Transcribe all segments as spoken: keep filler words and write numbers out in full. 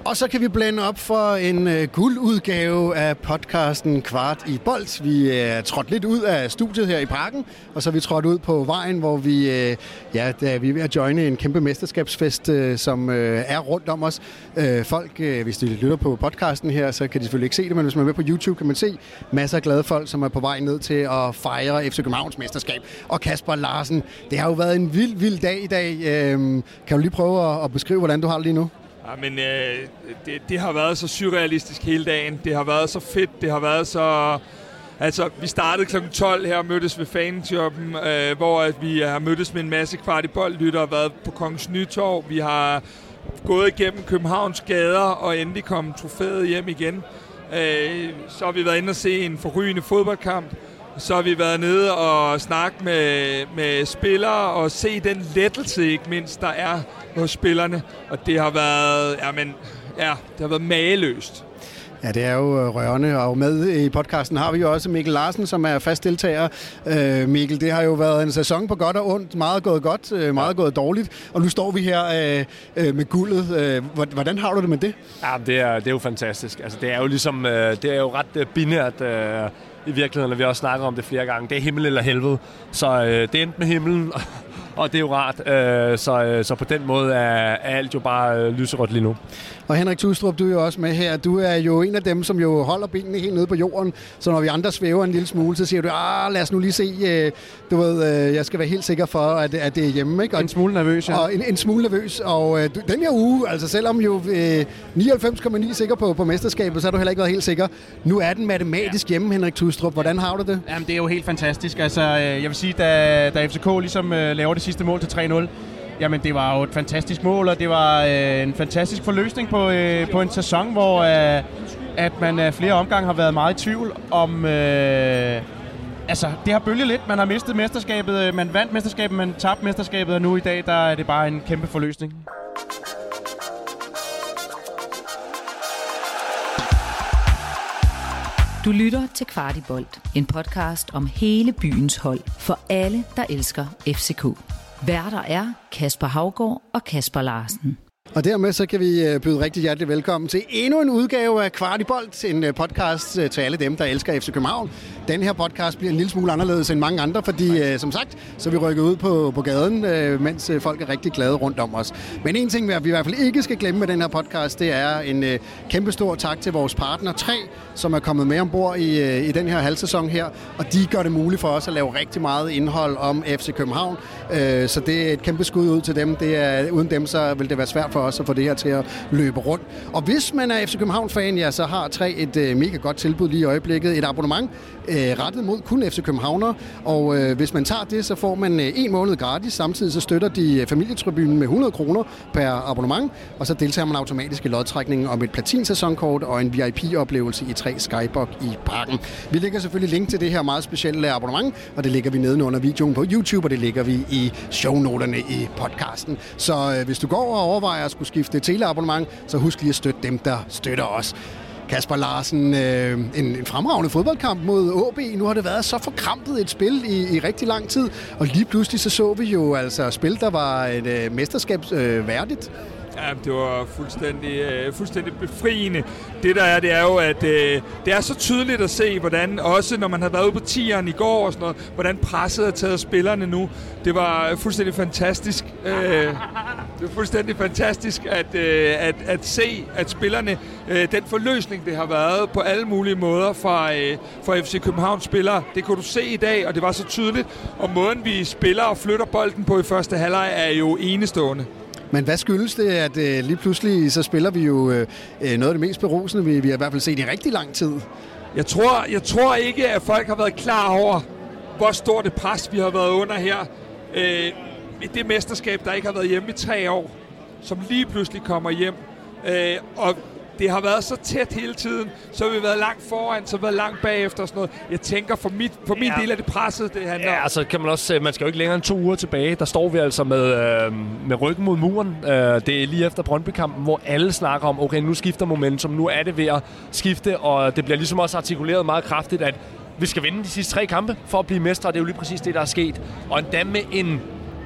Og så kan vi blande op for en uh, guldudgave af podcasten Kvart i Bold. Vi er trådt lidt ud af studiet her i parken, og så er vi trådt ud på vejen, hvor vi, uh, ja, da vi er ved at joine en kæmpe mesterskabsfest, uh, som uh, er rundt om os. Uh, folk, uh, hvis de lytter på podcasten her, så kan de selvfølgelig ikke se det, men hvis man er med på YouTube, kan man se masser af glade folk, som er på vej ned til at fejre F C Københavns mesterskab. Og Kasper Larsen, det har jo været en vild, vild dag i dag. Uh, kan du lige prøve at, at beskrive, hvordan du har det lige nu? Ja, men øh, det, det har været så surrealistisk hele dagen. Det har været så fedt. Det har været så... Altså, vi startede klokken tolv her og mødtes ved Fanjoben, øh, hvor at vi har mødtes med en masse Kvart i Bold-lyttere og været på Kongens Nytorv. Vi har gået igennem Københavns gader og endelig kommet trofæet hjem igen. Øh, så har vi været inde og se en forrygende fodboldkamp. Så har vi været nede og snakke med, med spillere og se den lettelse, ikke mindst, der er hos spillerne. Og det har været, ja, men, ja, det har været mageløst. Ja, det er jo rørende, og med i podcasten har vi jo også Mikkel Larsen, som er fast deltager. Øh, Mikkel, det har jo været en sæson på godt og ondt. Meget gået godt, øh, meget gået dårligt, og nu står vi her øh, med guldet. Øh, hvordan har du det med det? Ja, det er, det er jo fantastisk. Altså, det er jo ligesom, øh, det er jo ret binært øh, i virkeligheden, og vi har også snakket om det flere gange. Det er himmel eller helvede, så øh, det er endt med himlen, og det er jo rart. Øh, så, øh, så på den måde er, er alt jo bare øh, lyserødt lige nu. Og Henrik Tustrup, du er jo også med her. Du er jo en af dem, som jo holder benene helt nede på jorden. Så når vi andre svæver en lille smule, så siger du, ah, lad os nu lige se. Du ved, jeg skal være helt sikker for, at, at det er hjemme. Ikke? Og, en smule nervøs, ja. Og en, en smule nervøs. Og øh, den her uge, altså selvom jo øh, nioghalvfems komma ni sikker på, på mesterskabet, så har du heller ikke været helt sikker. Nu er den matematisk ja. hjemme, Henrik Tustrup. Hvordan har du det? Jamen, det er jo helt fantastisk. Altså, jeg vil sige, da, da F C K ligesom øh, laver det sidste mål til tre nul, jamen, det var jo et fantastisk mål, og det var øh, en fantastisk forløsning på, øh, på en sæson, hvor øh, at man øh, flere omgange har været meget i tvivl om... Øh, altså, det har bølget lidt. Man har mistet mesterskabet, man vandt mesterskabet, man tabte mesterskabet, og nu i dag, der er det bare en kæmpe forløsning. Du lytter til Kvart i Bold, en podcast om hele byens hold, for alle, der elsker F C K. Værter er Kasper Haugaard og Kasper Larsen. Og dermed så kan vi byde rigtig hjertelig velkommen til endnu en udgave af Kvart i Bold, en podcast til alle dem, der elsker F C København. Den her podcast bliver en lille smule anderledes end mange andre, fordi som sagt, så er vi rykket ud på, på gaden, mens folk er rigtig glade rundt om os. Men en ting, vi i hvert fald ikke skal glemme med den her podcast, det er en kæmpe stor tak til vores partner tre, som er kommet med ombord i, i den her halvsæson her, og de gør det muligt for os at lave rigtig meget indhold om F C København. Så det er et kæmpe skud ud til dem. Det er, uden dem, så vil det være svært for os at få det her til at løbe rundt. Og hvis man er F C København-fan, ja, så har tre et øh, mega godt tilbud lige i øjeblikket. Et abonnement øh, rettet mod kun F C Københavner. Og øh, hvis man tager det, så får man øh, en måned gratis. Samtidig så støtter de familietribunen med hundrede kroner per abonnement. Og så deltager man automatisk i lodtrækningen om et platin-sæsonkort og en V I P-oplevelse i tre Skybox i parken. Vi lægger selvfølgelig link til det her meget specielle abonnement, og det lægger vi nedenunder videoen på YouTube, og det lægger vi i shownoterne i podcasten. Så øh, hvis du går og overvejer at skulle skifte teleabonnement, så husk lige at støtte dem, der støtter os. Kasper Larsen, øh, en, en fremragende fodboldkamp mod A B. Nu har det været så forkrampet et spil i, i rigtig lang tid, og lige pludselig så så vi jo altså spil, der var et øh, mesterskabs øh, værdigt. Ja, det var fuldstændig, øh, fuldstændig befriende. Det der er, det er jo, at øh, det er så tydeligt at se, hvordan også når man havde været ude på tieren i går og sådan noget, hvordan presset er taget spillerne nu. Det var fuldstændig fantastisk. Øh, det var fuldstændig fantastisk at, øh, at, at se, at spillerne, øh, den forløsning, det har været på alle mulige måder fra, øh, fra F C Københavns spillere. Det kunne du se i dag, og det var så tydeligt. Og måden, vi spiller og flytter bolden på i første halvleg, er jo enestående. Men hvad skyldes det, at øh, lige pludselig så spiller vi jo øh, noget af det mest berusende, vi, vi har i hvert fald set i rigtig lang tid? Jeg tror, jeg tror ikke, at folk har været klar over, hvor stort et pres vi har været under her. Øh, det mesterskab, der ikke har været hjemme i tre år, som lige pludselig kommer hjem. Øh, og det har været så tæt hele tiden, så har vi været langt foran, så har vi været langt bagefter og sådan noget. Jeg tænker, for, mit, for min ja. del af det presset, det handler Ja, altså kan man også man skal jo ikke længere end to uger tilbage. Der står vi altså med, øh, med ryggen mod muren. Øh, det er lige efter Brøndby-kampen, hvor alle snakker om, okay, nu skifter momentum, nu er det ved at skifte, og det bliver ligesom også artikuleret meget kraftigt, at vi skal vinde de sidste tre kampe for at blive mestre. Det er jo lige præcis det, der er sket. Og endda med en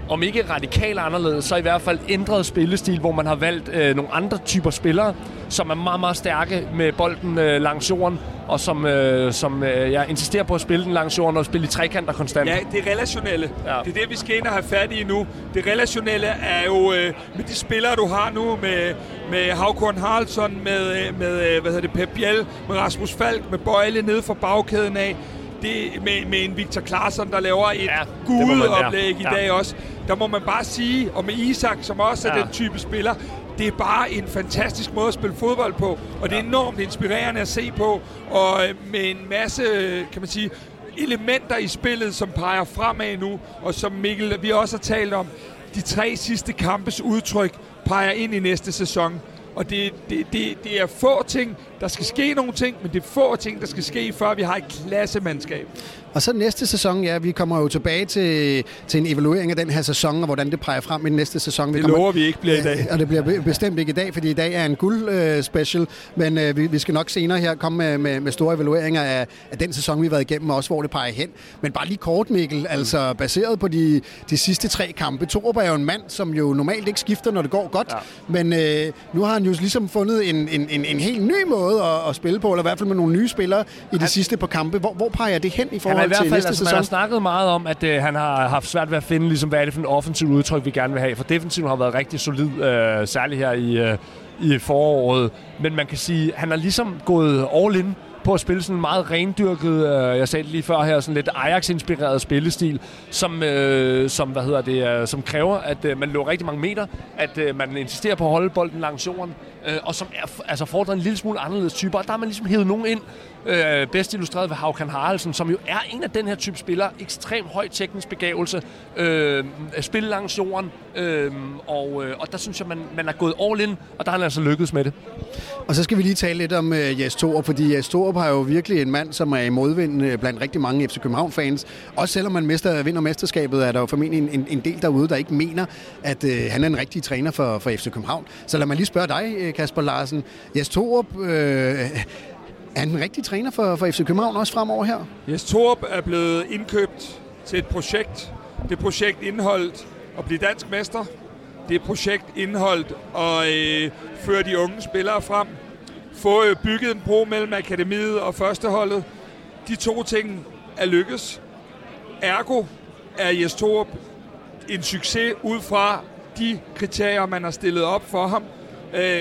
om ikke radikalt anderledes, så i hvert fald ændret spillestil, hvor man har valgt øh, nogle andre typer spillere, som er meget, meget stærke med bolden øh, langs jorden, og som, øh, som øh, jeg insisterer på at spille den langs jorden og spille i trekanter konstant. Ja, det relationelle. Ja. Det er det, vi skal ind og have fat i nu. Det relationelle er jo øh, med de spillere, du har nu, med, med Håkon Haraldsson, med, med hvad hedder det, Pep Biel, med Rasmus Falk, med Bøjle nede fra bagkæden af. Det, med, med en Victor Claesson, der laver et ja, gudeoplæg ja. i dag ja. også. Der må man bare sige, og med Isak, som også er ja. den type spiller, det er bare en fantastisk måde at spille fodbold på, og det er enormt inspirerende at se på, og med en masse, kan man sige, elementer i spillet, som peger fremad nu, og som Mikkel, vi også har talt om, de tre sidste kampes udtryk peger ind i næste sæson. Og det, det, det, det er få ting, der skal ske nogle ting, men det er få ting, der skal ske, før vi har et klassemandskab. Og så næste sæson, ja, vi kommer jo tilbage til, til en evaluering af den her sæson, og hvordan det peger frem i den næste sæson. Vi det kommer, lover vi ikke bliver i dag. Og det bliver bestemt ikke i dag, fordi i dag er en guld-special, øh, men øh, vi, vi skal nok senere her komme med, med, med store evalueringer af, af den sæson, vi har været igennem, og også hvor det peger hen. Men bare lige kort, Mikkel, mm. altså baseret på de, de sidste tre kampe. Torup er jo en mand, som jo normalt ikke skifter, når det går godt, ja. men øh, nu har han jo ligesom fundet en, en, en, en helt ny måde at, at spille på, eller i hvert fald med nogle nye spillere i de han, sidste par kampe. Hvor, hvor peger det hen i forhold i hvert fald, til næste altså, sæson? Man har snakket meget om, at øh, han har haft svært ved at finde, ligesom, hvad er det for en offensiv udtryk, vi gerne vil have. For defensiven har været rigtig solid, øh, særligt her i, øh, i foråret. Men man kan sige, at han har ligesom gået all in på at spille sådan en meget rendyrket, øh, jeg sagde det lige før her, sådan lidt Ajax-inspireret spillestil, som, øh, som, hvad hedder det, øh, som kræver, at øh, man løber rigtig mange meter, at øh, man insisterer på at holde bolden langs jorden, øh, og som er, altså fordrer en lille smule anderledes typer. Og der har man ligesom hævet nogen ind, øh, bedst illustreret ved Håkon Haraldsson, som jo er en af den her type spillere, ekstremt høj teknisk begavelse, øh, spille langs jorden, øh, og, øh, og der synes jeg, man, man er gået all in, og der har han altså lykkedes med det. Og så skal vi lige tale lidt om uh, Jes Torup, fordi Jes Torup har jo virkelig en mand, som er i modvind uh, blandt rigtig mange F C København-fans. Også selvom man mester, vinder mesterskabet, er der jo formentlig en, en del derude, der ikke mener, at uh, han er en rigtig træner for, for F C København. Så lad mig lige spørge dig, Kasper Larsen. Jes Torup, uh, er han en rigtig træner for, for F C København også fremover her? Jes Torup er blevet indkøbt til et projekt. Det projekt indeholdt at blive dansk mester. Det projekt indeholdt at øh, føre de unge spillere frem. Få øh, bygget en bro mellem akademiet og førsteholdet. De to ting er lykkes. Ergo er Jes Torup en succes ud fra de kriterier, man har stillet op for ham. Øh,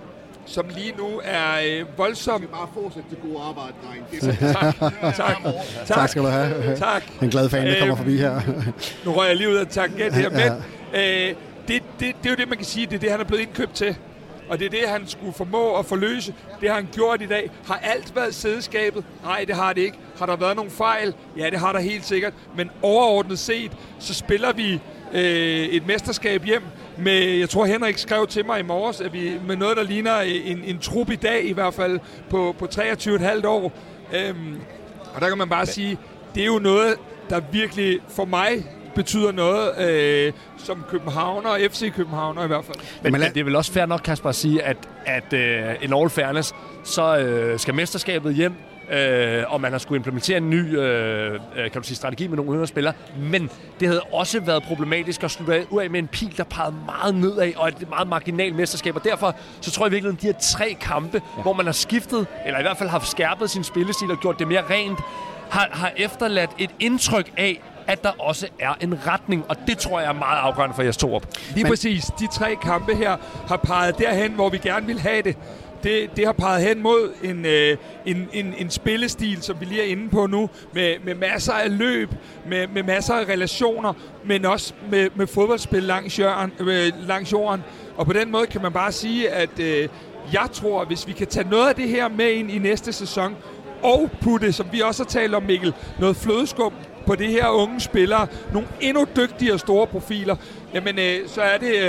som lige nu er øh, voldsomt. Jeg skal bare fortsætte det gode arbejde, dreng. tak, tak, tak. Tak skal du have. Tak. En glad fan, der kommer forbi her. Nu rører jeg lige ud af tangent her, men øh, det, det, det er jo det, man kan sige, det er det, han er blevet indkøbt til. Og det er det, han skulle formå at forløse. Det har han gjort i dag. Har alt været sædeskabet? Nej, det har det ikke. Har der været nogle fejl? Ja, det har der helt sikkert. Men overordnet set, så spiller vi øh, et mesterskab hjem med, jeg tror Henrik skrev til mig i morges, at vi med noget, der ligner en, en trup i dag, i hvert fald på, på treogtyve komma fem år. Øhm, og der kan man bare sige, det er jo noget, der virkelig for mig betyder noget øh, som københavner og F C Københavner i hvert fald. Men, men det er vel også fair nok, Kasper, at sige, at, at uh, in all fairness, så uh, skal mesterskabet hjem, uh, og man har skulle implementere en ny uh, kan du sige, strategi med nogle yngre spillere. Men det havde også været problematisk at slutte ud af med en pil, der pegede meget nedad, og et meget marginalt mesterskab. Og derfor så tror jeg virkelig, at de her tre kampe, ja. hvor man har skiftet, eller i hvert fald har skærpet sin spillestil og gjort det mere rent, har, har efterladt et indtryk af, at der også er en retning, og det tror jeg er meget afgørende for Jes Torup. Lige Men... præcis. De tre kampe her har peget derhen, hvor vi gerne vil have det. Det, det har peget hen mod en, øh, en, en, en spillestil, som vi lige er inde på nu, med, med masser af løb, med, med masser af relationer, men også med, med fodboldspil langs jorden, øh, langs jorden. Og på den måde kan man bare sige, at øh, jeg tror, at hvis vi kan tage noget af det her med ind i næste sæson, og putte, som vi også har talt om, Mikkel, noget flødeskum på det her unge spillere, nogle endnu dygtigere store profiler, jamen øh, så er det øh,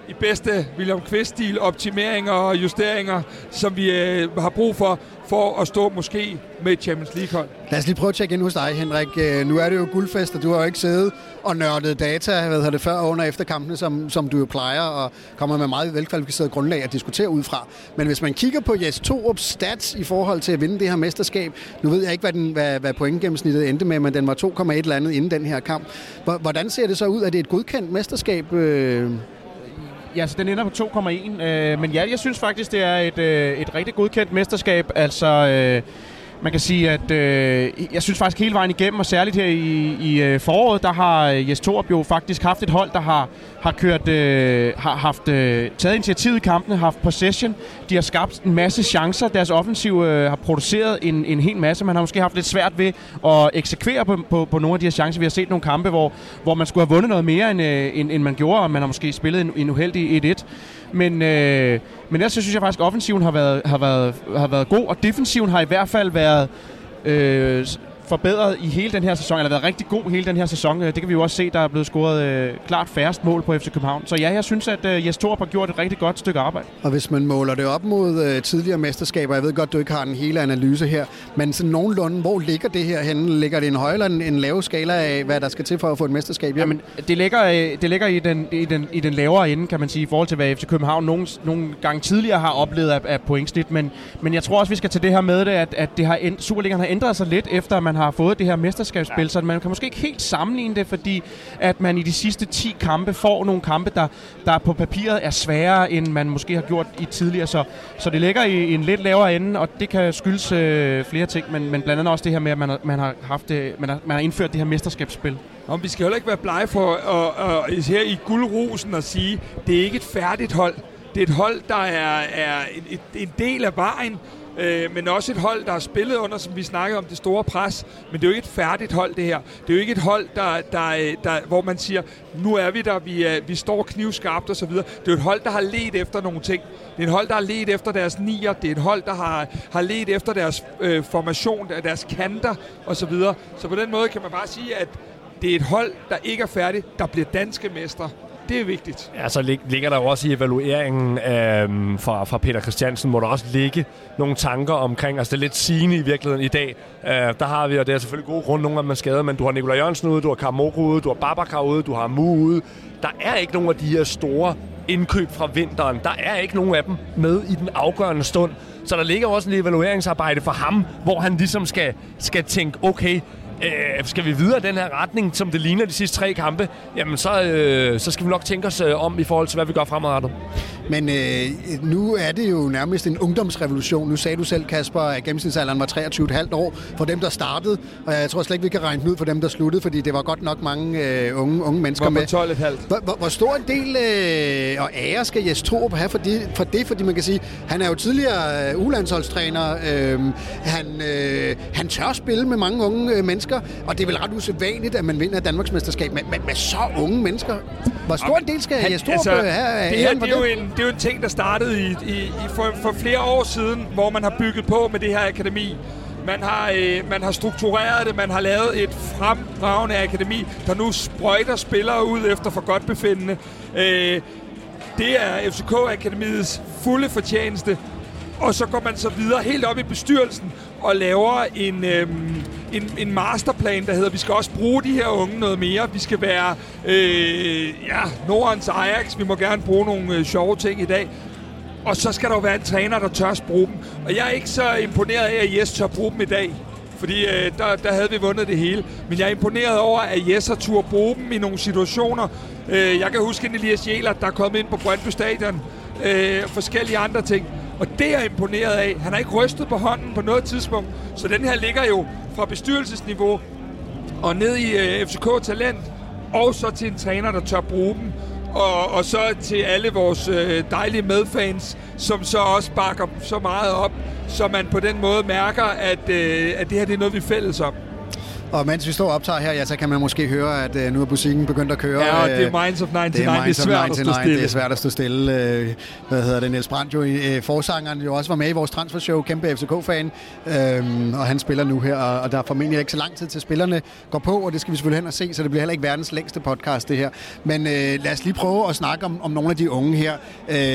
i bedste William Kvist-stil optimeringer og justeringer, som vi øh, har brug for, for at stå måske med et Champions League-hold. Lad os lige prøve at tjekke ind hos dig, Henrik. Nu er det jo guldfest, og du har jo ikke siddet og nørdet data hvad det, før og under efter kampene, som, som du jo plejer, og kommer med meget velkvalificeret grundlag at diskutere ud fra. Men hvis man kigger på Jes Torups stats i forhold til at vinde det her mesterskab, nu ved jeg ikke, hvad, den, hvad, hvad pointgennemsnittet endte med, men den var to komma et eller andet inden den her kamp. Hvordan ser det så ud? Er det et godkendt mesterskab? Øh Ja, så den ender på to komma en, øh, men ja, jeg synes faktisk, det er et, øh, et rigtig godkendt mesterskab. Altså, øh, man kan sige, at øh, jeg synes faktisk hele vejen igennem, og særligt her i, i øh, foråret, der har Jes Torup jo faktisk haft et hold, der har, har kørt, øh, har haft øh, taget initiativet i kampene, haft possession. De har skabt en masse chancer. Deres offensiv øh, har produceret en, en hel masse. Man har måske haft lidt svært ved at eksekvere på, på, på nogle af de her chancer. Vi har set nogle kampe, hvor, hvor man skulle have vundet noget mere, end, øh, end, end man gjorde, og man har måske spillet en, en uheldig et et. Men, øh, men ellers synes jeg faktisk, at offensiven har været, har, været, har været god, og defensiven har i hvert fald været øh, forbedret i hele den her sæson, eller været rigtig god hele den her sæson. Det kan vi jo også se, der er blevet scoret øh, klart færrest mål på F C København. Så ja, jeg synes, at øh, Jes Torup har gjort et rigtig godt stykke arbejde. Og hvis man måler det op mod øh, tidligere mesterskaber, jeg ved godt, du ikke har den hele analyse her, men sådan nogenlunde, hvor ligger det her henne? Ligger det en høj eller en, en lav skala af, hvad der skal til for at få et mesterskab? Jamen, det ligger, øh, det ligger i, den, i, den, i den lavere ende, kan man sige, i forhold til, hvad F C København nogle, nogle gange tidligere har oplevet af, af pointsnit. Men, men jeg tror også, vi skal tage det her med det, at, at det har end, Superligaen har ændret sig lidt, efter man har fået det her mesterskab. Spil, så man kan måske ikke helt sammenligne det, fordi at man i de sidste ti kampe får nogle kampe, der, der på papiret er sværere, end man måske har gjort i tidligere. Så, så det ligger i en lidt lavere ende, og det kan skyldes øh, flere ting, men, men blandt andet også det her med, at man har, man har, haft det, man har, man har indført det her mesterskabsspil. Og vi skal heller ikke være blege for at, at, at her i guldrosen at sige, det er ikke et færdigt hold. Det er et hold, der er, er en, en del af vejen, Øh, men også et hold, der har spillet under, som vi snakkede om, det store pres. Men det er jo ikke et færdigt hold, det her. Det er jo ikke et hold, der, der, der, hvor man siger, nu er vi der, vi, vi står knivskarpt og så videre. Det er jo et hold, der har ledt efter nogle ting. Det er et hold, der har ledt efter deres nier. Det er et hold, der har, har ledt efter deres øh, formation, deres kanter og så videre. Så på den måde kan man bare sige, at det er et hold, der ikke er færdigt, der bliver danske mestre. Det er vigtigt. Ja, så ligger der jo også i evalueringen øh, fra, fra Peter Christiansen, må der også ligge nogle tanker omkring, altså det er lidt sigende i virkeligheden i dag. Øh, der har vi, og det er selvfølgelig gode grunde, nogle af dem er skadet, men du har Nikolaj Jørgensen ude, du har Karamoko ude, du har Babacar ude, du har Mu ude. Der er ikke nogen af de her store indkøb fra vinteren. Der er ikke nogen af dem med i den afgørende stund. Så der ligger også en evalueringsarbejde for ham, hvor han ligesom skal, skal tænke, okay, Øh, skal vi videre i den her retning, som det ligner de sidste tre kampe, jamen så, øh, så skal vi nok tænke os øh, om i forhold til, hvad vi gør fremadrettet. Men øh, nu er det jo nærmest en ungdomsrevolution. Nu sagde du selv, Kasper, at gennemsnitsalderen var treogtyve komma fem år for dem, der startede. Og jeg tror slet ikke, vi kan regne ud for dem, der sluttede, fordi det var godt nok mange øh, unge, unge mennesker med. tolv komma fem. Hvor, hvor, hvor stor en del øh, og ære skal Jes Torup have for det, for det? Fordi man kan sige, han er jo tidligere øh, U-landsholdstræner. Øh, han, øh, han tør spille med mange unge øh, mennesker. Og det er vel ret usædvanligt, at man vinder et Danmarksmesterskab med, med, med så unge mennesker. Hvor stor en del skal Jes Torup altså, have? Det, her, det, er jo en, det er jo en ting, der startede i, i, i for, for flere år siden, hvor man har bygget på med det her akademi. Man har, øh, man har struktureret det, man har lavet et fremragende akademi, der nu sprøjter spillere ud efter for godt befindende. Øh, det er F C K-akademiets fulde fortjeneste. Og så går man så videre helt op i bestyrelsen og laver en, øhm, en, en masterplan, der hedder, vi skal også bruge de her unge noget mere. Vi skal være øh, ja, Nordens Ajax. Vi må gerne bruge nogle øh, sjove ting i dag. Og så skal der jo være en træner, der tør bruge dem. Og jeg er ikke så imponeret af, at Jes tør bruge dem i dag. Fordi øh, der, der havde vi vundet det hele. Men jeg er imponeret over, at Jes har turde bruge dem i nogle situationer. Øh, jeg kan huske en Elias Jæler, der er kommet ind på Brøndby Stadion. Øh, forskellige andre ting. Og det er jeg imponeret af. Han har ikke rystet på hånden på noget tidspunkt. Så den her ligger jo fra bestyrelsesniveau og ned i øh, F C K-talent. Og så til en træner, der tør bruge dem. Og, og så til alle vores øh, dejlige medfans, som så også bakker så meget op, så man på den måde mærker, at, øh, at det her det er noget, vi er fælles om. Og mens vi står og optager her, ja, så kan man måske høre, at øh, nu er musikken begyndt at køre. Ja, og det er Minds of nioghalvtreds. Det er, Minds det er svært of at stå stille. Det er svært at stå stille. Øh, hvad hedder det? Niels Brandt, jo, øh, forsangeren, jo også var med i vores transfershow, kæmpe F C K-fan. Øh, og han spiller nu her, og der er formentlig ikke så lang tid til spillerne går på, og det skal vi selvfølgelig hen og se, så det bliver heller ikke verdens længste podcast, det her. Men øh, lad os lige prøve at snakke om, om nogle af de unge her.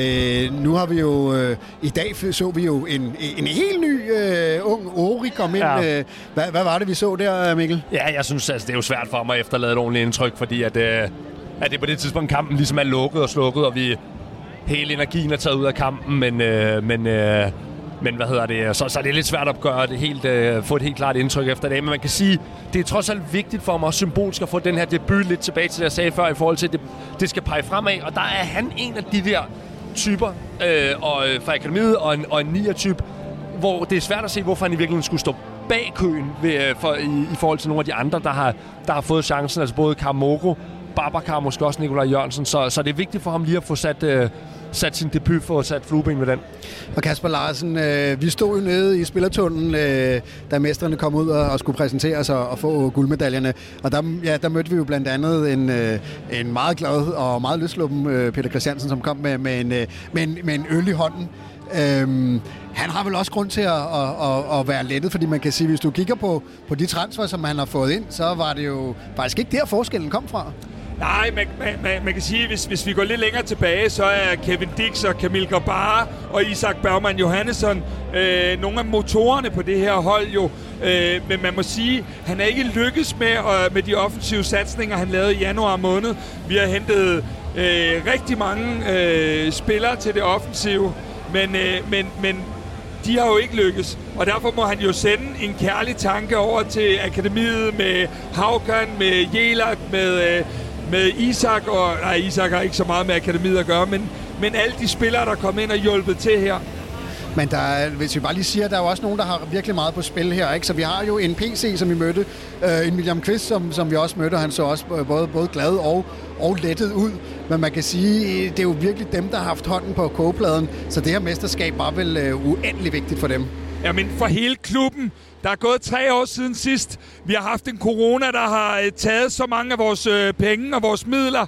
Øh, nu har vi jo, øh, i dag så vi jo en, en helt ny øh, ung Ori komme ind. Ja. Øh, hvad, hvad var det, vi så der, Mikkel? Ja, jeg synes, altså, det er jo svært for mig at efterlade et ordentligt indtryk, fordi at, øh, at det på det tidspunkt kampen ligesom er lukket og slukket, og vi hele energien er taget ud af kampen, men, øh, men, øh, men hvad hedder det, så, så er det lidt svært at gøre det helt, øh, få et helt klart indtryk efter det. Men man kan sige, det er trods alt vigtigt for mig også symbolsk at få den her debut lidt tilbage til det, jeg sagde før, i forhold til, at det, det skal pege fremad, og der er han en af de der typer øh, og, fra akademiet og en, og en nier-type, hvor det er svært at se, hvorfor han i virkeligheden skulle stå bag køen ved, for, i, i forhold til nogle af de andre, der har, der har fået chancen, altså både Kamoro, Babacar, måske også Nikolaj Jørgensen, så, så det er vigtigt for ham lige at få sat, øh, sat sin debut, for at sat flueben med den. Og Kasper Larsen, øh, vi stod jo nede i spillertunnelen, øh, da mestrene kom ud og, og skulle præsentere sig og få guldmedaljerne, og der, ja, der mødte vi jo blandt andet en, øh, en meget glad og meget løsluppen øh, Peter Christiansen, som kom med, med, en, øh, med, en, med en øl i hånden. Øhm, han har vel også grund til at, at, at, at være lettet, fordi man kan sige, hvis du kigger på, på de transfer, som han har fået ind, så var det jo faktisk ikke der forskellen kom fra. Nej, man, man, man kan sige, hvis, hvis vi går lidt længere tilbage, så er Kevin Dix og Kamil Grabara og Isak Bergman Johannesson øh, nogle af motorerne på det her hold jo. Øh, men man må sige, han er ikke lykkes med, øh, med de offensive satsninger, han lavede i januar måned. Vi har hentet øh, rigtig mange øh, spillere til det offensive, men, øh, men, men de har jo ikke lykkes, og derfor må han jo sende en kærlig tanke over til akademiet med Haukan, med Jelak, med, øh, med Isak, og nej, Isak har ikke så meget med akademiet at gøre, men, men alle de spillere, der er kommet ind og hjulpet til her. Men der er, hvis vi bare lige siger, der er jo også nogen, der har virkelig meget på spil her, ikke? Så vi har jo en P C, som vi mødte, øh, en William Kvist, som, som vi også mødte, og han så også både, både glad og, og lettet ud. Men man kan sige, det er jo virkelig dem, der har haft hånden på kogepladen, så det her mesterskab var vel øh, uendelig vigtigt for dem. Jamen for hele klubben. Der er gået tre år siden sidst. Vi har haft en corona, der har øh, taget så mange af vores øh, penge og vores midler.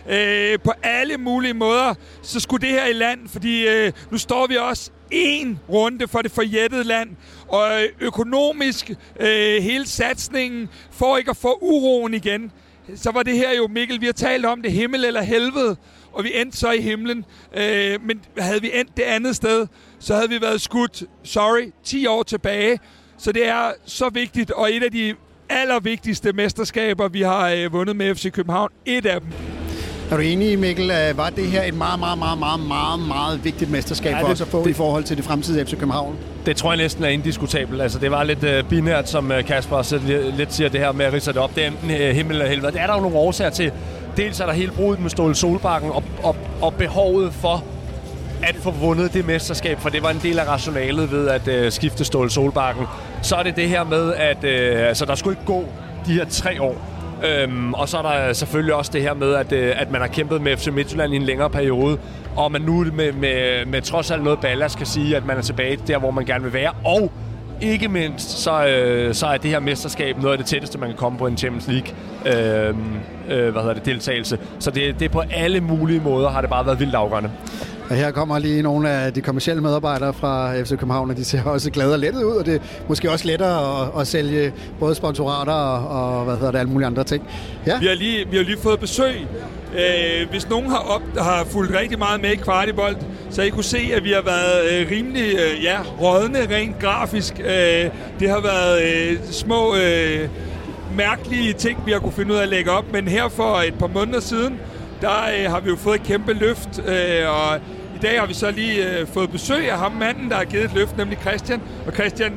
Øh, på alle mulige måder, så skulle det her i land, fordi øh, nu står vi også en runde for det forjættede land, og øh, økonomisk øh, hele satsningen for ikke at få uroen igen, så var det her jo, Mikkel, vi har talt om det, himmel eller helvede, og vi endte så i himlen, øh, men havde vi endt det andet sted, så havde vi været skudt, sorry, ti år tilbage, så det er så vigtigt, og et af de allervigtigste mesterskaber, vi har øh, vundet med F C København, et af dem. Er du enig, Mikkel? Var det her et meget, meget, meget, meget, meget, meget vigtigt mesterskab ja, for det, os at få det, i forhold til det fremtidige F C København? Det tror jeg næsten er indiskutabelt. Altså, det var lidt uh, binært, som Kasper også lidt siger, det her med at ridse det op. Det er enten uh, himmel eller helvede. Det er der jo nogle årsager til. Dels er der hele brudet med Ståle Solbakken og, og, og behovet for at få vundet det mesterskab, for det var en del af rationalet ved at uh, skifte Ståle Solbakken. Så er det det her med, at uh, altså, der skulle ikke gå de her tre år. Øhm, og så er der selvfølgelig også det her med, at, øh, at man har kæmpet med F C Midtjylland i en længere periode, og man nu med, med, med trods alt noget ballast kan sige, at man er tilbage der, hvor man gerne vil være. Og ikke mindst, så, øh, så er det her mesterskab noget af det tætteste, man kan komme på en Champions League øh, øh, hvad hedder det, deltagelse. Så det, det er på alle mulige måder, har det bare været vildt afgørende. Og her kommer lige nogle af de kommercielle medarbejdere fra F C København, og de ser også glade og lettet ud, og det er måske også lettere at, at sælge både sponsorater og, og hvad hedder det, alle mulige andre ting. Ja. Vi har lige, vi har lige fået besøg. Øh, hvis nogen har, op, har fulgt rigtig meget med i Kvartibolt, så I kunne se, at vi har været øh, rimelig øh, ja, rådne rent grafisk. Øh, det har været øh, små øh, mærkelige ting, vi har kunne finde ud af at lægge op, men her for et par måneder siden, der øh, har vi jo fået et kæmpe løft, øh, og i dag har vi så lige øh, fået besøg af ham manden, der har givet et løft, nemlig Christian. Og Christian,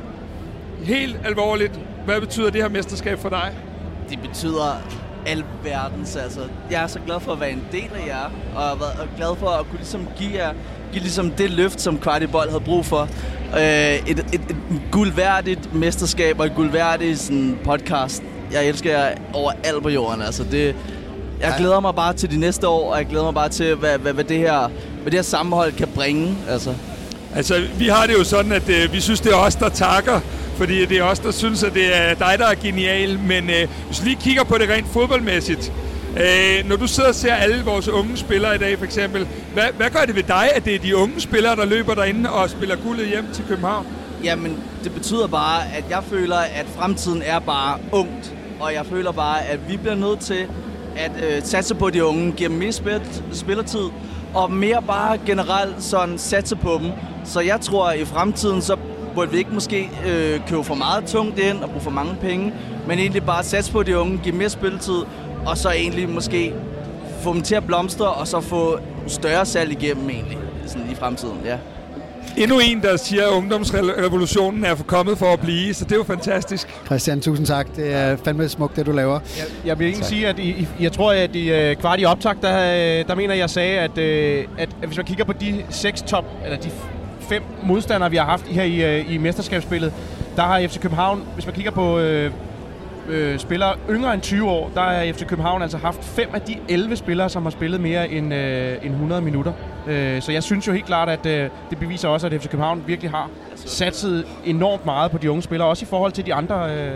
helt alvorligt, hvad betyder det her mesterskab for dig? Det betyder alverdens, altså. Jeg er så glad for at være en del af jer, og jeg er glad for at kunne ligesom give jer give ligesom det løft, som Kvartibolt havde brug for. Øh, et, et, et guldværdigt mesterskab og et guldværdigt sådan, podcast. Jeg elsker jer over alt på jorden, altså. Det, jeg glæder mig bare til de næste år, og jeg glæder mig bare til, hvad, hvad, hvad, det, her, hvad det her sammenhold kan bringe, altså. Altså, vi har det jo sådan, at øh, vi synes, det er os, der takker fordi det er os, der synes, at det er dig, der er genial. Men øh, hvis vi lige kigger på det rent fodboldmæssigt, øh, når du sidder og ser alle vores unge spillere i dag for eksempel, hvad, hvad gør det ved dig, at det er de unge spillere, der løber derinde og spiller guldet hjem til København? Jamen, det betyder bare, at jeg føler, at fremtiden er bare ungt. Og jeg føler bare, at vi bliver nødt til at øh, satse på de unge, give dem mere spil- spillertid, og mere bare generelt sådan satse på dem. Så jeg tror, at i fremtiden, så burde vi ikke måske øh, købe for meget tungt ind og bruge for mange penge, men egentlig bare satse på de unge, give mere spilletid, og så egentlig måske få dem til at blomstre, og så få større salg igennem egentlig, sådan i fremtiden, ja. Endnu en, der siger, at ungdomsrevolutionen er kommet for at blive, så det er jo fantastisk. Christian, tusind tak. Det er fandme smukt, det du laver. Jeg, jeg vil ikke sige, at I, jeg tror, at i kvart i optag, der, der mener jeg sagde, at, at, at hvis man kigger på de seks top, eller de fem modstandere, vi har haft her i, i mesterskabsspillet, der har F C København, hvis man kigger på øh, øh, spillere yngre end tyve år, der har F C København altså haft fem af de elleve spillere, som har spillet mere end, øh, end hundrede minutter. Øh, så jeg synes jo helt klart, at øh, det beviser også, at F C København virkelig har satset enormt meget på de unge spillere, også i forhold til de andre øh,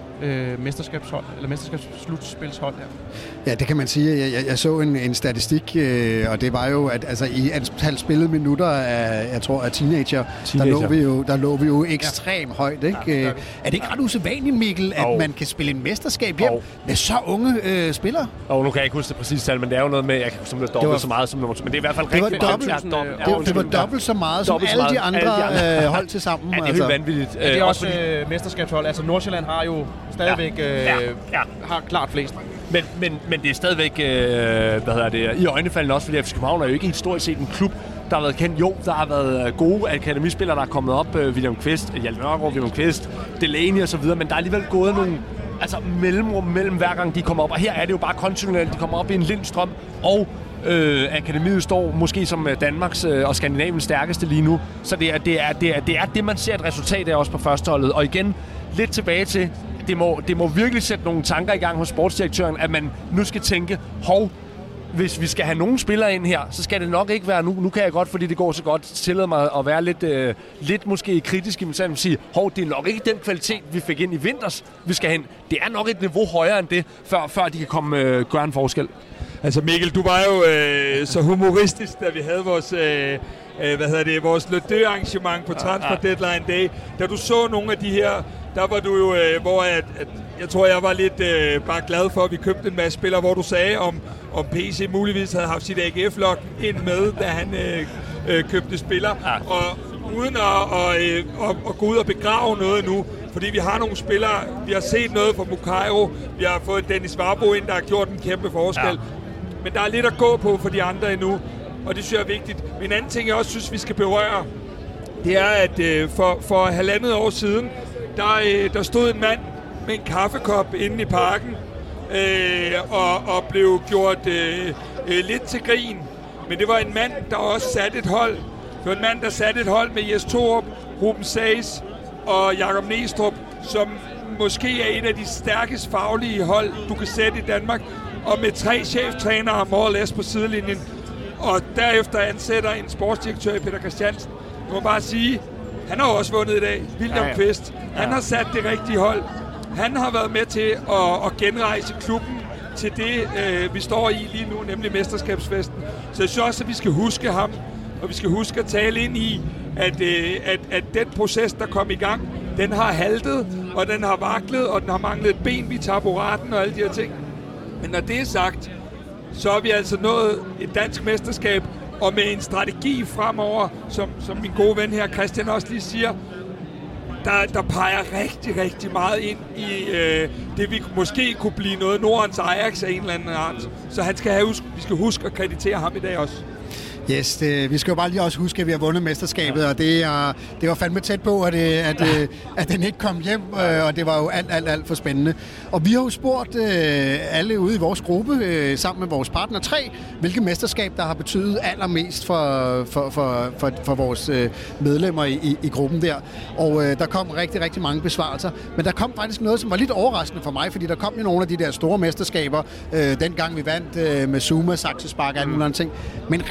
øh, mesterskabshold, eller mesterskabsslutspilshold her. Ja, det kan man sige. Jeg, jeg, jeg så en, en statistik, øh, og det var jo, at altså, i antal spillede minutter af, jeg tror, af teenager, teenager. Der, lå vi jo, der lå vi jo ekstremt ja. højt. Ikke? Ja, det er, er det ikke ret usædvanligt, Mikkel, at oh. man kan spille en mesterskab hjem oh. med så unge øh, spillere? Og oh, nu kan jeg ikke huske det præcise tal, men det er jo noget med, jeg kan huske, det dobbelt så meget som nummer to, men det er i hvert fald det rigtig var dobbelt, dobbelt, ja, dobbelt, det, det var dobbelt så meget som alle de andre, alle de andre. Øh, hold til sammen. Ja, det er altså. helt vanvittigt. Ja, det er også øh, mesterskabshold. Altså Nordsjælland har jo stadigvæk ja. Øh, ja. Ja. har klart flest. Men, men, men det er stadigvæk, øh, hvad hedder det, i øjnefaldene også, fordi F C København er jo ikke historisk set en klub, der har været kendt. Jo, der har været gode akademispillere, der er kommet op, øh, William Kvist, Hjalte Nørgaard, William Kvist, Delaney og så videre, men der er alligevel gået nogle altså, mellemrum mellem hver gang de kommer op, og her er det jo bare kontinuerligt, de kommer op i en Lindstrøm, og øh, akademiet står måske som Danmarks øh, og Skandinaviens stærkeste lige nu, så det er det, er, det, er, det er det, man ser et resultat af også på førsteholdet, og igen, lidt tilbage til, Det må, det må virkelig sætte nogle tanker i gang hos sportsdirektøren, at man nu skal tænke, hov, hvis vi skal have nogle spillere ind her, så skal det nok ikke være nu. Nu kan jeg godt, fordi det går så godt, tillade mig at være lidt, øh, lidt måske kritisk, men så sige, hov, det er nok ikke den kvalitet, vi fik ind i vinters, vi skal hen. Det er nok et niveau højere end det, før, før de kan komme øh, gøre en forskel. Altså Mikkel, du var jo øh, så humoristisk, da vi havde vores... Øh Øh, hvad hedder det, vores Le Deux arrangement på Transfer Deadline Day. Da du så nogle af de her, der var du jo, øh, hvor at, at, jeg tror, jeg var lidt øh, bare glad for, at vi købte en masse spillere, hvor du sagde, om, om P C muligvis havde haft sit A G F-log ind med, da han øh, øh, købte spillere. Ja. Og uden at, og, øh, at, at gå ud og begrave noget nu, fordi vi har nogle spillere, vi har set noget fra Mukairo, vi har fået Dennis Warbo ind, der har gjort en kæmpe forskel. Ja. Men der er lidt at gå på for de andre endnu. Og det synes jeg er vigtigt. Men en anden ting, jeg også synes, vi skal berøre, det er, at øh, for, for halvandet år siden, der, øh, der stod en mand med en kaffekop inde i parken øh, og, og blev gjort øh, øh, lidt til grin. Men det var en mand, der også satte et hold. Det var en mand, der satte et hold med Jes Torup, Ruben Sages og Jakob Næstrup, som måske er et af de stærkest faglige hold, du kan sætte i Danmark. Og med tre cheftrænere more or less på sidelinjen. Og derefter ansætter en sportsdirektør i Peter Christiansen. Jeg må bare sige, han har også vundet i dag. William ja, ja. Kvist. Han ja. har sat det rigtige hold. Han har været med til at, at genrejse klubben til det, øh, vi står i lige nu, nemlig mesterskabsfesten. Så jeg synes også, at vi skal huske ham, og vi skal huske at tale ind i, at, øh, at, at den proces, der kom i gang, den har haltet, og den har vaklet, og den har manglet et ben ved taburetten og alle de her ting. Men når det er sagt, så er vi altså nået et dansk mesterskab, og med en strategi fremover, som, som min gode ven her, Christian, også lige siger, der, der peger rigtig, rigtig meget ind i øh, det, vi måske kunne blive noget Nordens Ajax af en eller anden art. Så han skal have, vi skal huske at kreditere ham i dag også. Yes, det, vi skal jo bare lige også huske, at vi har vundet mesterskabet, ja. og det, er, det var fandme tæt på, at, det, at, ja. at den ikke kom hjem, øh, og det var jo alt, alt, alt for spændende. Og vi har jo spurgt øh, alle ude i vores gruppe, øh, sammen med vores partner tre, hvilket mesterskab, der har betydet allermest for, for, for, for, for vores øh, medlemmer i, i, i gruppen der. Og øh, der kom rigtig, rigtig mange besvarelser, men der kom faktisk noget, som var lidt overraskende for mig, fordi der kom jo nogle af de der store mesterskaber, øh, dengang vi vandt øh, med Zuma, Saxe Spark og alle mulige ting. Men rigtig mange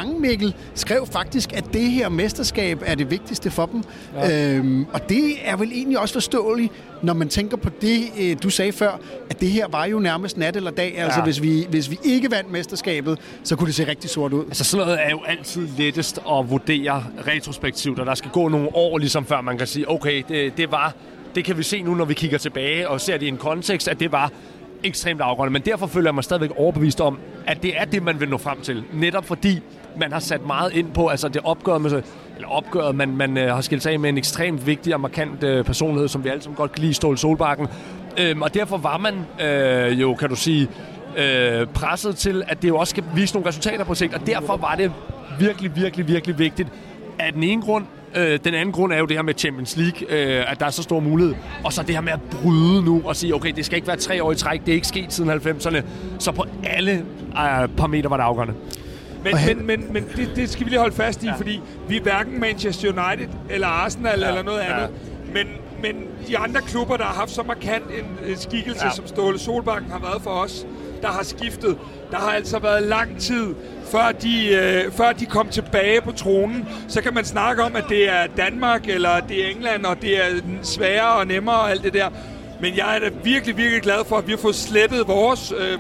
mange, Mikkel, skrev faktisk, at det her mesterskab er det vigtigste for dem. Ja. Øhm, og det er vel egentlig også forståeligt, når man tænker på det, du sagde før, at det her var jo nærmest nat eller dag. Ja. Altså, hvis vi, hvis vi ikke vandt mesterskabet, så kunne det se rigtig sort ud. Altså, sådan noget er jo altid lettest at vurdere retrospektivt, og der skal gå nogle år, ligesom før man kan sige, okay, det, det var... Det kan vi se nu, når vi kigger tilbage og ser det i en kontekst, at det var ekstremt afgørende. Men derfor føler jeg mig stadigvæk overbevist om, at det er det, man vil nå frem til. Netop fordi man har sat meget ind på, altså det opgøret, med, eller opgøret man, man uh, har skilt sig af med en ekstremt vigtig og markant uh, personlighed, som vi alle sammen godt kan lide, Ståle Solbakken. Øhm, og derfor var man uh, jo, kan du sige, uh, presset til, at det jo også skal vise nogle resultater på sigt. Og derfor var det virkelig, virkelig, virkelig vigtigt, at den ene grund, Øh, den anden grund er jo det her med Champions League, øh, at der er så stor mulighed. Og så det her med at bryde nu og sige, okay, det skal ikke være tre år i træk, det er ikke sket siden halvfemserne. Så på alle øh, parametre var det afgørende. Men, men, men, men det, det skal vi lige holde fast i, ja. Fordi vi er hverken Manchester United eller Arsenal ja. eller noget andet. Ja. Men, men de andre klubber, der har haft så markant en, en skikkelse, ja. som Ståle Solbakken har været for os, der har skiftet, der har altså været lang tid, før de, øh, før de kom tilbage på tronen. Så kan man snakke om, at det er Danmark, eller det er England, og det er sværere og nemmere og alt det der. Men jeg er da virkelig, virkelig glad for, at vi har fået slettet vores, øh,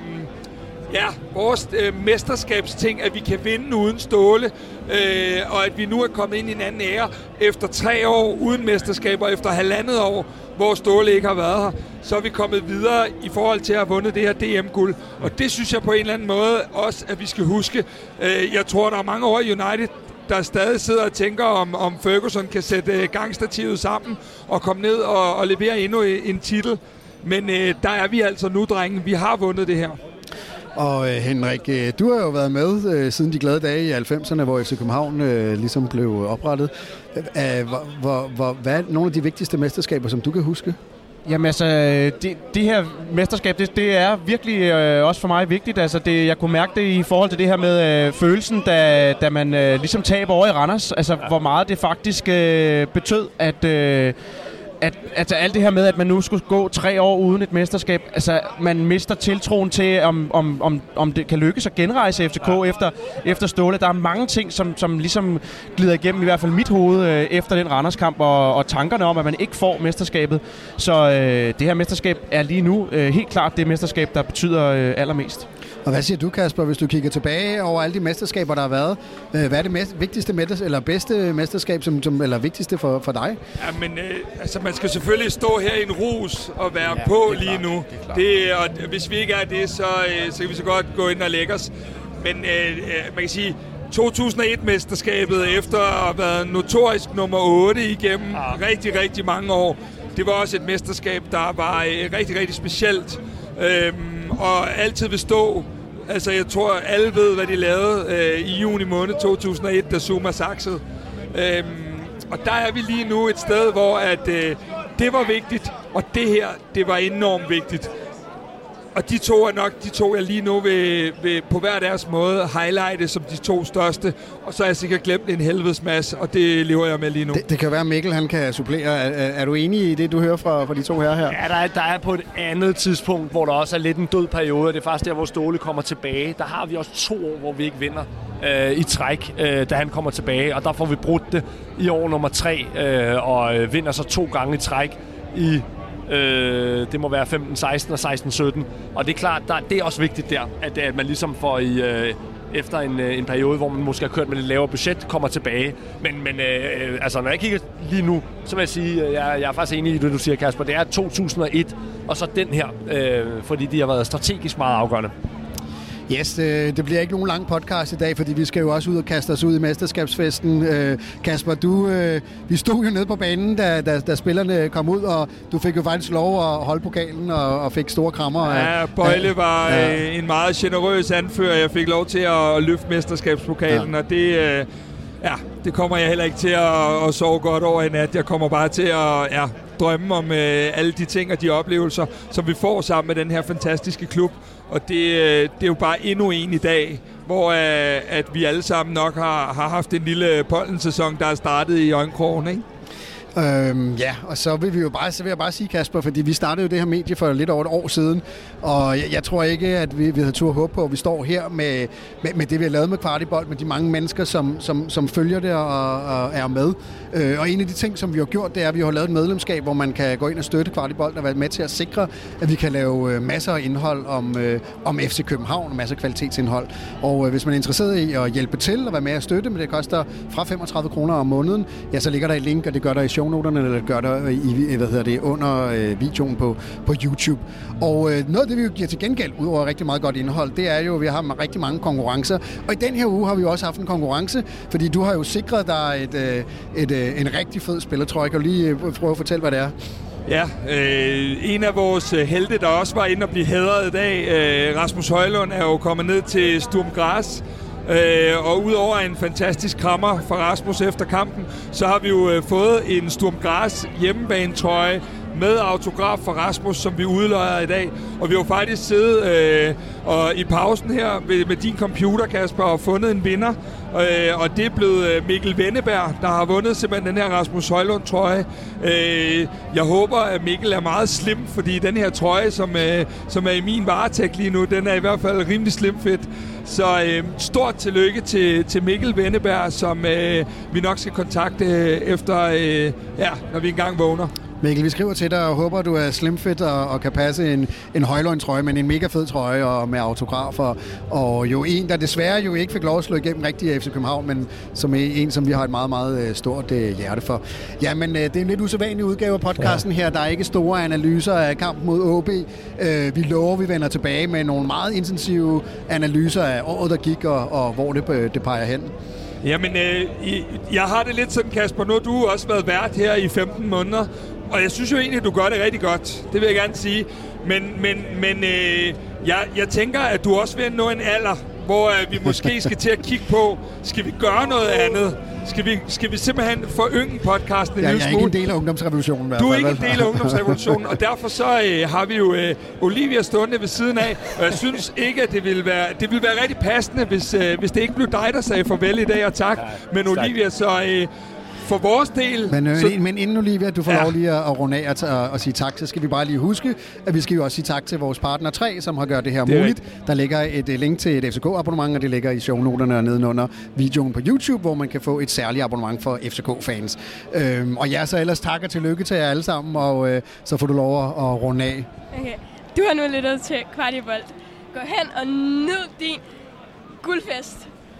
ja, vores øh, mesterskabsting, at vi kan vinde uden Ståle, øh, og at vi nu er kommet ind i en anden ære efter tre år uden mesterskaber, efter halvandet år, hvor Ståle ikke har været her, så er vi kommet videre i forhold til at have vundet det her D M-guld. Og det synes jeg på en eller anden måde også, at vi skal huske. Jeg tror, der er mange år i United, der stadig sidder og tænker, om, om Ferguson kan sætte gangstativet sammen og komme ned og, og levere endnu en titel. Men øh, der er vi altså nu, drenge. Vi har vundet det her. Og øh, Henrik, øh, du har jo været med øh, siden de glade dage i halvfemserne, hvor F C København øh, ligesom blev oprettet. Æh, hvor, hvor, hvor, hvad er nogle af de vigtigste mesterskaber, som du kan huske? Jamen altså, det, det her mesterskab, det, det er virkelig øh, også for mig vigtigt. Altså, det, jeg kunne mærke det i forhold til det her med øh, følelsen, da, da man øh, ligesom taber over i Randers. Altså, ja. Hvor meget det faktisk øh, betød, at... Øh, At, altså alt det her med, at man nu skulle gå tre år uden et mesterskab, altså man mister tiltroen til, om, om, om, om det kan lykkes at genrejse F C K ja. efter, efter Ståle. Der er mange ting, som, som ligesom glider igennem, i hvert fald mit hoved, øh, efter den Randers-kamp, og, og tankerne om, at man ikke får mesterskabet. Så øh, det her mesterskab er lige nu øh, helt klart det mesterskab, der betyder øh, allermest. Og hvad siger du, Kasper, hvis du kigger tilbage over alle de mesterskaber, der har været? Hvad er det mest, vigtigste mester, eller bedste mesterskab, som, som, eller vigtigste for, for dig? Ja, men øh, altså, man skal selvfølgelig stå her i en rus og være ja, på lige klart. nu. Det det, og hvis vi ikke er det, så, øh, så kan vi så godt gå ind og lægge os. Men øh, man kan sige, to tusind og et-mesterskabet, efter at have været notorisk nummer otte igennem ja. rigtig, rigtig mange år, det var også et mesterskab, der var øh, rigtig, rigtig specielt. Øhm, og altid vil stå. Altså, jeg tror, alle ved, hvad de lavede øh, i juni måned to tusind og et, da Zuma saksede. Øhm, og der er vi lige nu et sted, hvor at, øh, det var vigtigt, og det her, det var enormt vigtigt. Og de to er nok de to, jeg lige nu vil, vil på hver deres måde highlighte som de to største. Og så har jeg sikkert glemt en helvedes masse, og det lever jeg med lige nu. Det, det kan være, Mikkel han kan supplere. Er, er du enig i det, du hører fra, fra de to her her? Ja, der er, der er på et andet tidspunkt, hvor der også er lidt en død periode. Det er faktisk der, hvor Ståle kommer tilbage. Der har vi også to år, hvor vi ikke vinder øh, i træk, øh, da han kommer tilbage. Og der får vi brudt det i år nummer tre, øh, og øh, vinder så to gange i træk i... Øh, det må være femten seksten og seksten sytten. Og det er klart, der, det er også vigtigt der, at, at man ligesom får i, øh, efter en, en periode, hvor man måske har kørt med lidt lavere budget, kommer tilbage. Men, men øh, altså, når jeg kigger lige nu, så vil jeg sige, at jeg, jeg er faktisk enig i det, du siger, Kasper. Det er to tusind og et, og så den her, øh, fordi de har været strategisk meget afgørende. Yes, øh, det bliver ikke nogen lang podcast i dag, fordi vi skal jo også ud og kaste os ud i mesterskabsfesten. Øh, Kasper, du, øh, vi stod jo nede på banen, da, da, da spillerne kom ud, og du fik jo faktisk lov at holde pokalen og, og fik store krammer. Ja, Bøjle var ja. øh, en meget generøs anfører. Jeg fik lov til at løfte mesterskabspokalen, ja. og det... Øh, Ja, det kommer jeg heller ikke til at, at sove godt over i nat. Jeg kommer bare til at ja, drømme om øh, alle de ting og de oplevelser, som vi får sammen med den her fantastiske klub. Og det, øh, det er jo bare endnu en i dag, hvor øh, at vi alle sammen nok har, har haft en lille pollensæson, der er startet i øjenkrogen, ikke? Øhm, ja, og så vil vi jo bare, så vil jeg bare sige, Kasper, fordi vi startede jo det her medie for lidt over et år siden, og jeg, jeg tror ikke, at vi, vi havde tur håb på, at vi står her med, med, med det, vi har lavet med Kvartibold, med de mange mennesker, som, som, som følger det og, og er med. Øh, og en af de ting, som vi har gjort, det er, at vi har lavet et medlemskab, hvor man kan gå ind og støtte Kvartibold og være med til at sikre, at vi kan lave masser af indhold om, øh, om F C København, og masser af kvalitetsindhold. Og øh, hvis man er interesseret i at hjælpe til og være med at støtte, men det koster fra femogtredive kroner om måneden, ja, så ligger der et link, og det gør der i shownoterne, eller gør der i, hvad hedder det, under øh, videoen på, på YouTube. Og øh, noget af det, vi giver til gengæld, udover rigtig meget godt indhold, det er jo, at vi har rigtig mange konkurrencer. Og i den her uge har vi også haft en konkurrence, fordi du har jo sikret dig et, øh, et, øh, en rigtig fed spillertrøje. Kan du lige øh, prøve at fortælle, hvad det er? Ja, øh, en af vores helte, der også var inde og blive hædret i dag, øh, Rasmus Højlund, er jo kommet ned til Sturm Graz. Øh, og udover en fantastisk krammer fra Rasmus efter kampen, så har vi jo øh, fået en Sturm Graz hjemmebanetrøje med autograf fra Rasmus, som vi udløjer i dag. Og vi har faktisk siddet øh, og i pausen her med, med din computer, Kasper, og fundet en vinder. Øh, og det er blevet Mikkel Venneberg, der har vundet simpelthen den her Rasmus Højlund-trøje. Øh, jeg håber, at Mikkel er meget slim, fordi den her trøje, som, øh, som er i min varetægt lige nu, den er i hvert fald rimelig slimfit. Så øh, stort tillykke til, til Mikkel Venneberg, som øh, vi nok skal kontakte øh, efter, øh, ja, når vi engang vågner. Mikkel, vi skriver til dig og håber, du er slimfit og, og kan passe en, en Højlund-trøje, men en mega fed trøje og med autografer. Og jo en, der desværre jo ikke fik lov at slå igennem rigtig F C København, men som er en, som vi har et meget, meget stort uh, hjerte for. Jamen, uh, det er en lidt usædvanlig udgave af podcasten her. Der er ikke store analyser af kampen mod O B. Uh, vi lover, vi vender tilbage med nogle meget intensive analyser af året, der gik, og, og hvor det, det peger hen. Jamen, øh, jeg har det lidt sådan, Kasper. Nu har du også været vært her i femten måneder, og jeg synes jo egentlig, at du gør det rigtig godt. Det vil jeg gerne sige. Men, men, men øh, jeg, jeg tænker, at du også vil nå en alder, hvor øh, vi måske skal til at kigge på, skal vi gøre noget andet? Skal vi, skal vi simpelthen forynge podcasten en ja, lille smule? Jeg er ikke en del af ungdomsrevolutionen. I hvert Du er fald. ikke en del af ungdomsrevolutionen, og derfor så øh, har vi jo øh, Olivia stående ved siden af, og jeg synes ikke, at det ville være, det ville være rigtig passende, hvis, øh, hvis det ikke blev dig, der sagde farvel i dag og tak. Ja, men Olivia, så øh, for vores del... Men, øh, så, men inden Olivia, du får ja. lov lige at runde af og, og, og sige tak, så skal vi bare lige huske, at vi skal jo også sige tak til vores partner tre, som har gjort det her det muligt. Rigtigt. Der ligger et uh, link til et F C K-abonnement, og det ligger i shownoterne og nedenunder videoen på YouTube, hvor man kan få et særligt abonnement for F C K-fans. Øhm, og ja, så ellers tak og tillykke til jer alle sammen, og øh, så får du lov at, at runde af. Okay. Du har nu lyttet til Kvartibold. Gå hen og nyd din guldfest.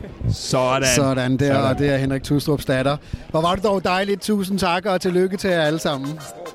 Sådan. Sådan der, Sådan. Og det er Henrik Tustrups datter. Hvor var det dog dejligt. Tusind tak, og tillykke til jer alle sammen.